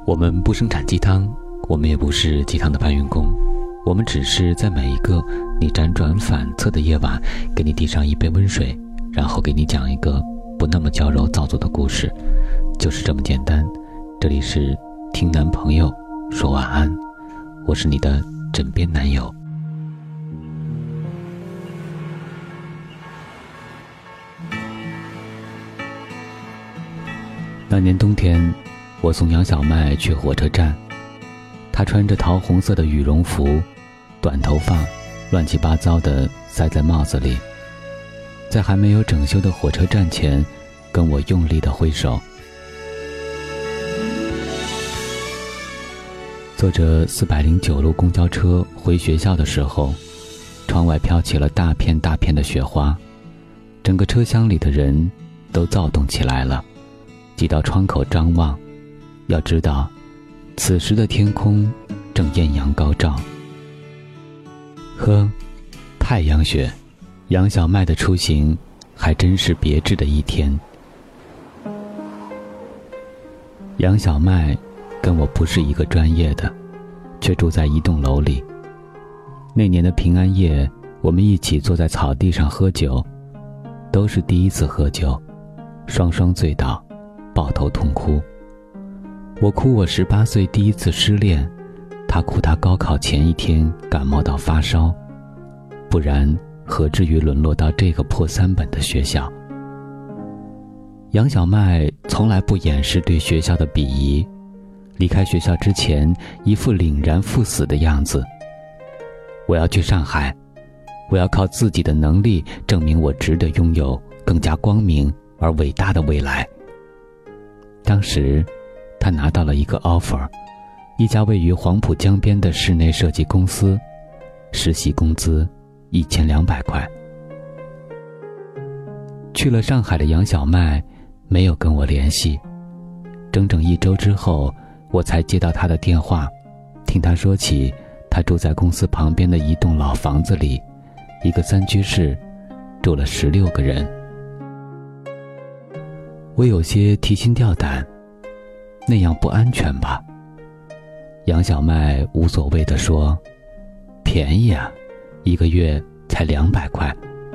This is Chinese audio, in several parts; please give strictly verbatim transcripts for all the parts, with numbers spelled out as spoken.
我们不生产鸡汤，我们也不是鸡汤的搬运工，我们只是在每一个你辗转反侧的夜晚，给你递上一杯温水，然后给你讲一个不那么矫揉造作的故事，就是这么简单。这里是听男朋友说晚安，我是你的枕边男友。那年冬天，我送杨小麦去火车站，她穿着桃红色的羽绒服，短头发乱七八糟地塞在帽子里，在还没有整修的火车站前跟我用力地挥手。坐着四百零九路公交车回学校的时候，窗外飘起了大片大片的雪花，整个车厢里的人都躁动起来了，挤到窗口张望。要知道，此时的天空正艳阳高照。呵，太阳雪，杨小麦的出行还真是别致的一天。杨小麦跟我不是一个专业的，却住在一栋楼里。那年的平安夜，我们一起坐在草地上喝酒，都是第一次喝酒，双双醉倒，抱头痛哭。我哭我十八岁第一次失恋，他哭他高考前一天感冒到发烧，不然何至于沦落到这个破三本的学校。杨小麦从来不掩饰对学校的鄙夷，离开学校之前一副凛然赴死的样子。我要去上海，我要靠自己的能力证明我值得拥有更加光明而伟大的未来。当时他拿到了一个 offer， 一家位于黄浦江边的室内设计公司，实习工资一千两百块。去了上海的杨小麦没有跟我联系，整整一周之后，我才接到他的电话，听他说起他住在公司旁边的一栋老房子里，一个三居室，住了十六个人。我有些提心吊胆，那样不安全吧？杨小麦无所谓地说，便宜啊，一个月才两百块。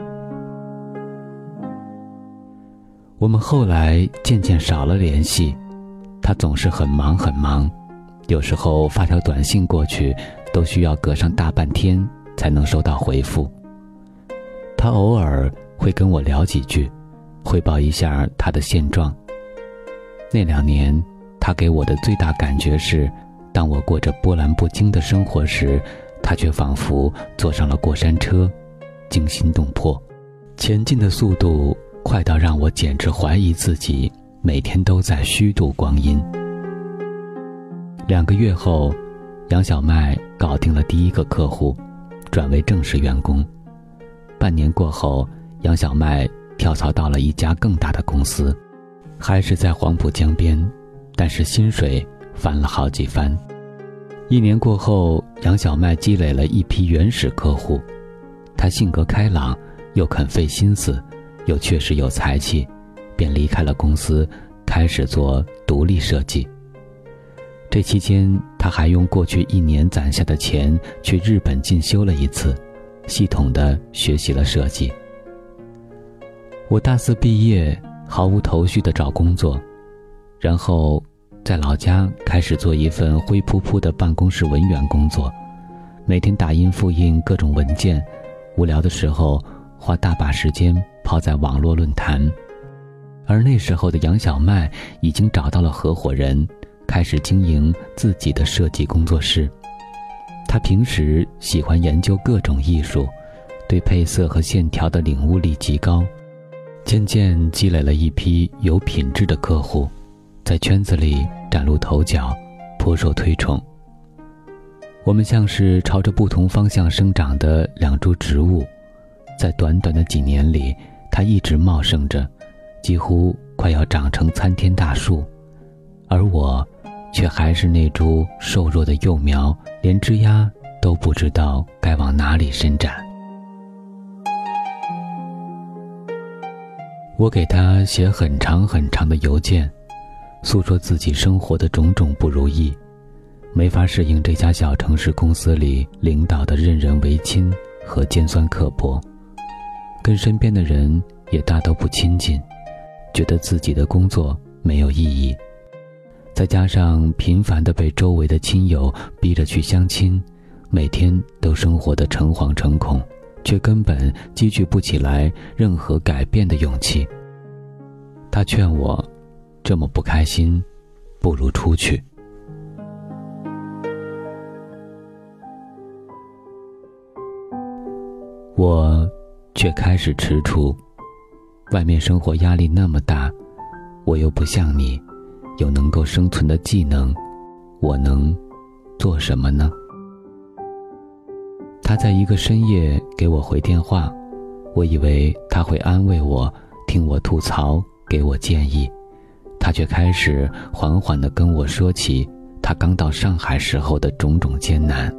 我们后来渐渐少了联系，他总是很忙很忙，有时候发条短信过去都需要隔上大半天才能收到回复。他偶尔会跟我聊几句，汇报一下他的现状。那两年他给我的最大感觉是，当我过着波澜不惊的生活时，他却仿佛坐上了过山车，惊心动魄，前进的速度快到让我简直怀疑自己每天都在虚度光阴。两个月后，杨小麦搞定了第一个客户，转为正式员工。半年过后，杨小麦跳槽到了一家更大的公司，还是在黄浦江边，但是薪水翻了好几番。一年过后，杨小麦积累了一批原始客户，他性格开朗，又肯费心思，又确实有才气，便离开了公司，开始做独立设计。这期间，他还用过去一年攒下的钱去日本进修了一次，系统地学习了设计。我大四毕业，毫无头绪地找工作，然后在老家开始做一份灰扑扑的办公室文员工作，每天打印复印各种文件，无聊的时候花大把时间泡在网络论坛。而那时候的杨小麦已经找到了合伙人，开始经营自己的设计工作室。他平时喜欢研究各种艺术，对配色和线条的领悟力极高，渐渐积累了一批有品质的客户，在圈子里崭露头角，颇受推崇。我们像是朝着不同方向生长的两株植物，在短短的几年里，它一直茂盛着，几乎快要长成参天大树，而我却还是那株瘦弱的幼苗，连枝丫都不知道该往哪里伸展。我给他写很长很长的邮件， 诉说自己生活的种种不如意，没法适应这家小城市公司里领导的任人唯亲和尖酸刻薄，跟身边的人也大都不亲近，觉得自己的工作没有意义。再加上频繁地被周围的亲友逼着去相亲，每天都生活得诚惶诚恐，却根本积聚不起来任何改变的勇气。他劝我，这么不开心，不如出去。我却开始踟蹰，外面生活压力那么大，我又不像你有能够生存的技能，我能做什么呢？他在一个深夜给我回电话，我以为他会安慰我，听我吐槽，给我建议，他却开始缓缓地跟我说起他刚到上海时候的种种艰难。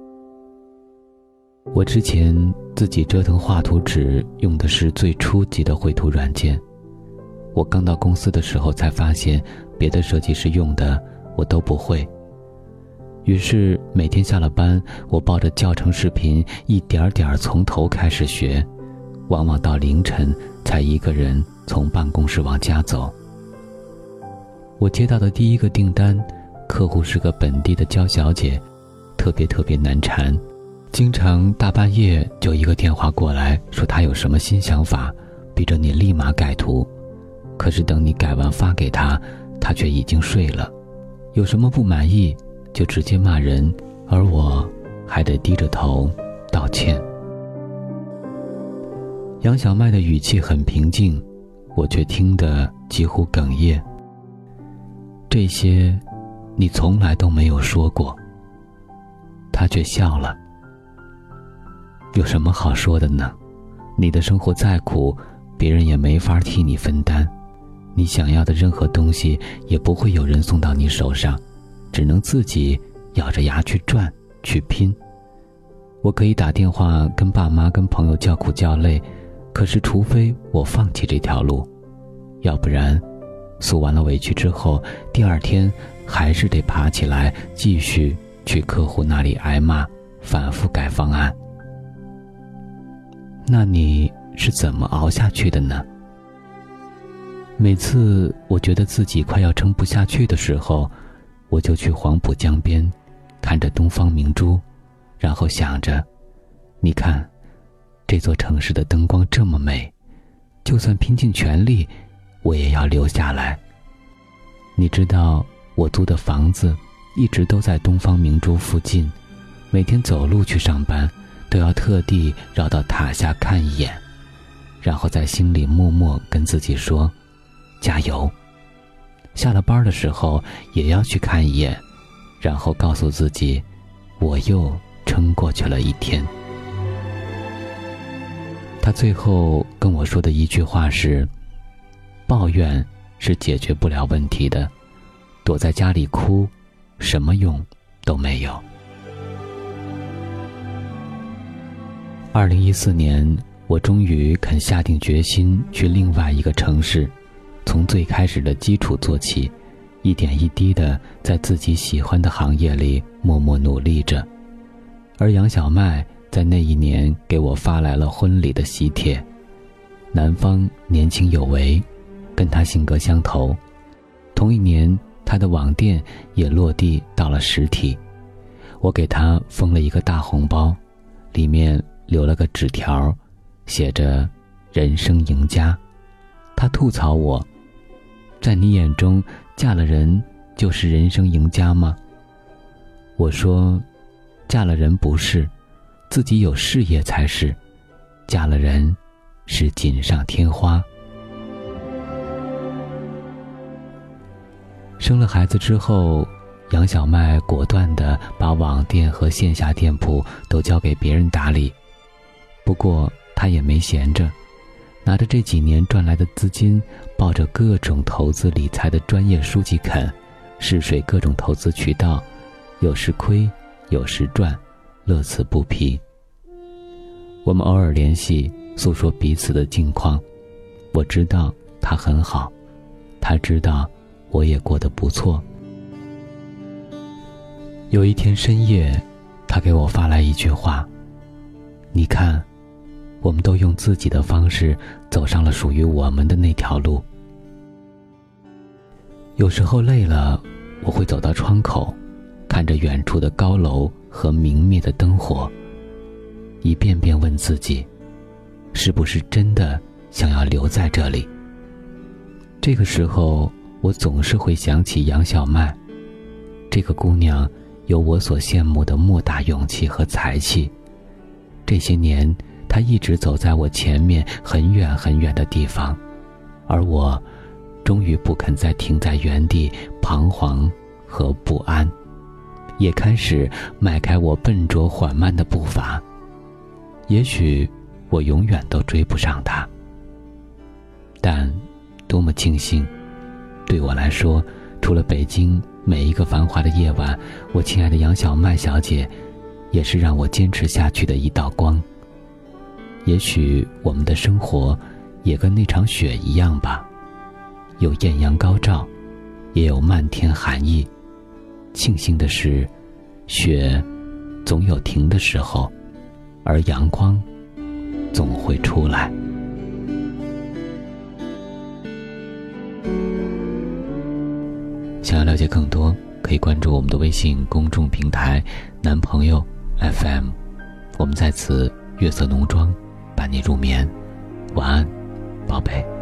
我之前自己折腾画图纸用的是最初级的绘图软件，我刚到公司的时候才发现别的设计师用的我都不会，于是每天下了班，我抱着教程视频一点点从头开始学，往往到凌晨才一个人从办公室往家走。我接到的第一个订单，客户是个本地的娇小姐，特别特别难缠，经常大半夜就一个电话过来，说她有什么新想法，逼着你立马改图。可是等你改完发给她，她却已经睡了。有什么不满意就直接骂人，而我还得低着头道歉。杨小麦的语气很平静，我却听得几乎哽咽。这些你从来都没有说过。他却笑了。有什么好说的呢？你的生活再苦，别人也没法替你分担，你想要的任何东西也不会有人送到你手上，只能自己咬着牙去赚去拼。我可以打电话跟爸妈跟朋友叫苦叫累，可是除非我放弃这条路，要不然诉完了委屈之后，第二天还是得爬起来继续去客户那里挨骂，反复改方案。那你是怎么熬下去的呢？每次我觉得自己快要撑不下去的时候，我就去黄浦江边，看着东方明珠，然后想着，你看，这座城市的灯光这么美，就算拼尽全力，我也要留下来。你知道，我租的房子一直都在东方明珠附近，每天走路去上班，都要特地绕到塔下看一眼，然后在心里默默跟自己说，加油。下了班的时候也要去看一眼，然后告诉自己，我又撑过去了一天。他最后跟我说的一句话是，抱怨是解决不了问题的，躲在家里哭，什么用都没有。二零一四年，我终于肯下定决心去另外一个城市，从最开始的基础做起，一点一滴地在自己喜欢的行业里默默努力着。而杨小麦在那一年给我发来了婚礼的喜帖，男方年轻有为，跟他性格相投。同一年，他的网店也落地到了实体，我给他封了一个大红包，里面留了个纸条，写着人生赢家。他吐槽我，在你眼中嫁了人就是人生赢家吗？我说，嫁了人不是，自己有事业才是，嫁了人是锦上添花。生了孩子之后，杨小麦果断地把网店和线下店铺都交给别人打理。不过他也没闲着，拿着这几年赚来的资金，抱着各种投资理财的专业书籍啃，试水各种投资渠道，有时亏有时赚，乐此不疲。我们偶尔联系，诉说彼此的近况，我知道他很好，他知道我也过得不错。有一天深夜，他给我发来一句话：你看，我们都用自己的方式走上了属于我们的那条路。有时候累了，我会走到窗口，看着远处的高楼和明灭的灯火，一遍遍问自己，是不是真的想要留在这里？这个时候，我总是会想起杨小麦，这个姑娘有我所羡慕的莫大勇气和才气。这些年，她一直走在我前面很远很远的地方，而我终于不肯再停在原地彷徨和不安，也开始迈开我笨拙缓慢的步伐。也许我永远都追不上她，但多么庆幸，对我来说，除了北京每一个繁华的夜晚，我亲爱的杨小麦小姐也是让我坚持下去的一道光。也许我们的生活也跟那场雪一样吧，有艳阳高照，也有漫天寒意。庆幸的是，雪总有停的时候，而阳光总会出来。想要了解更多，可以关注我们的微信公众平台男朋友 F M， 我们在此月色浓妆伴你入眠。晚安，宝贝。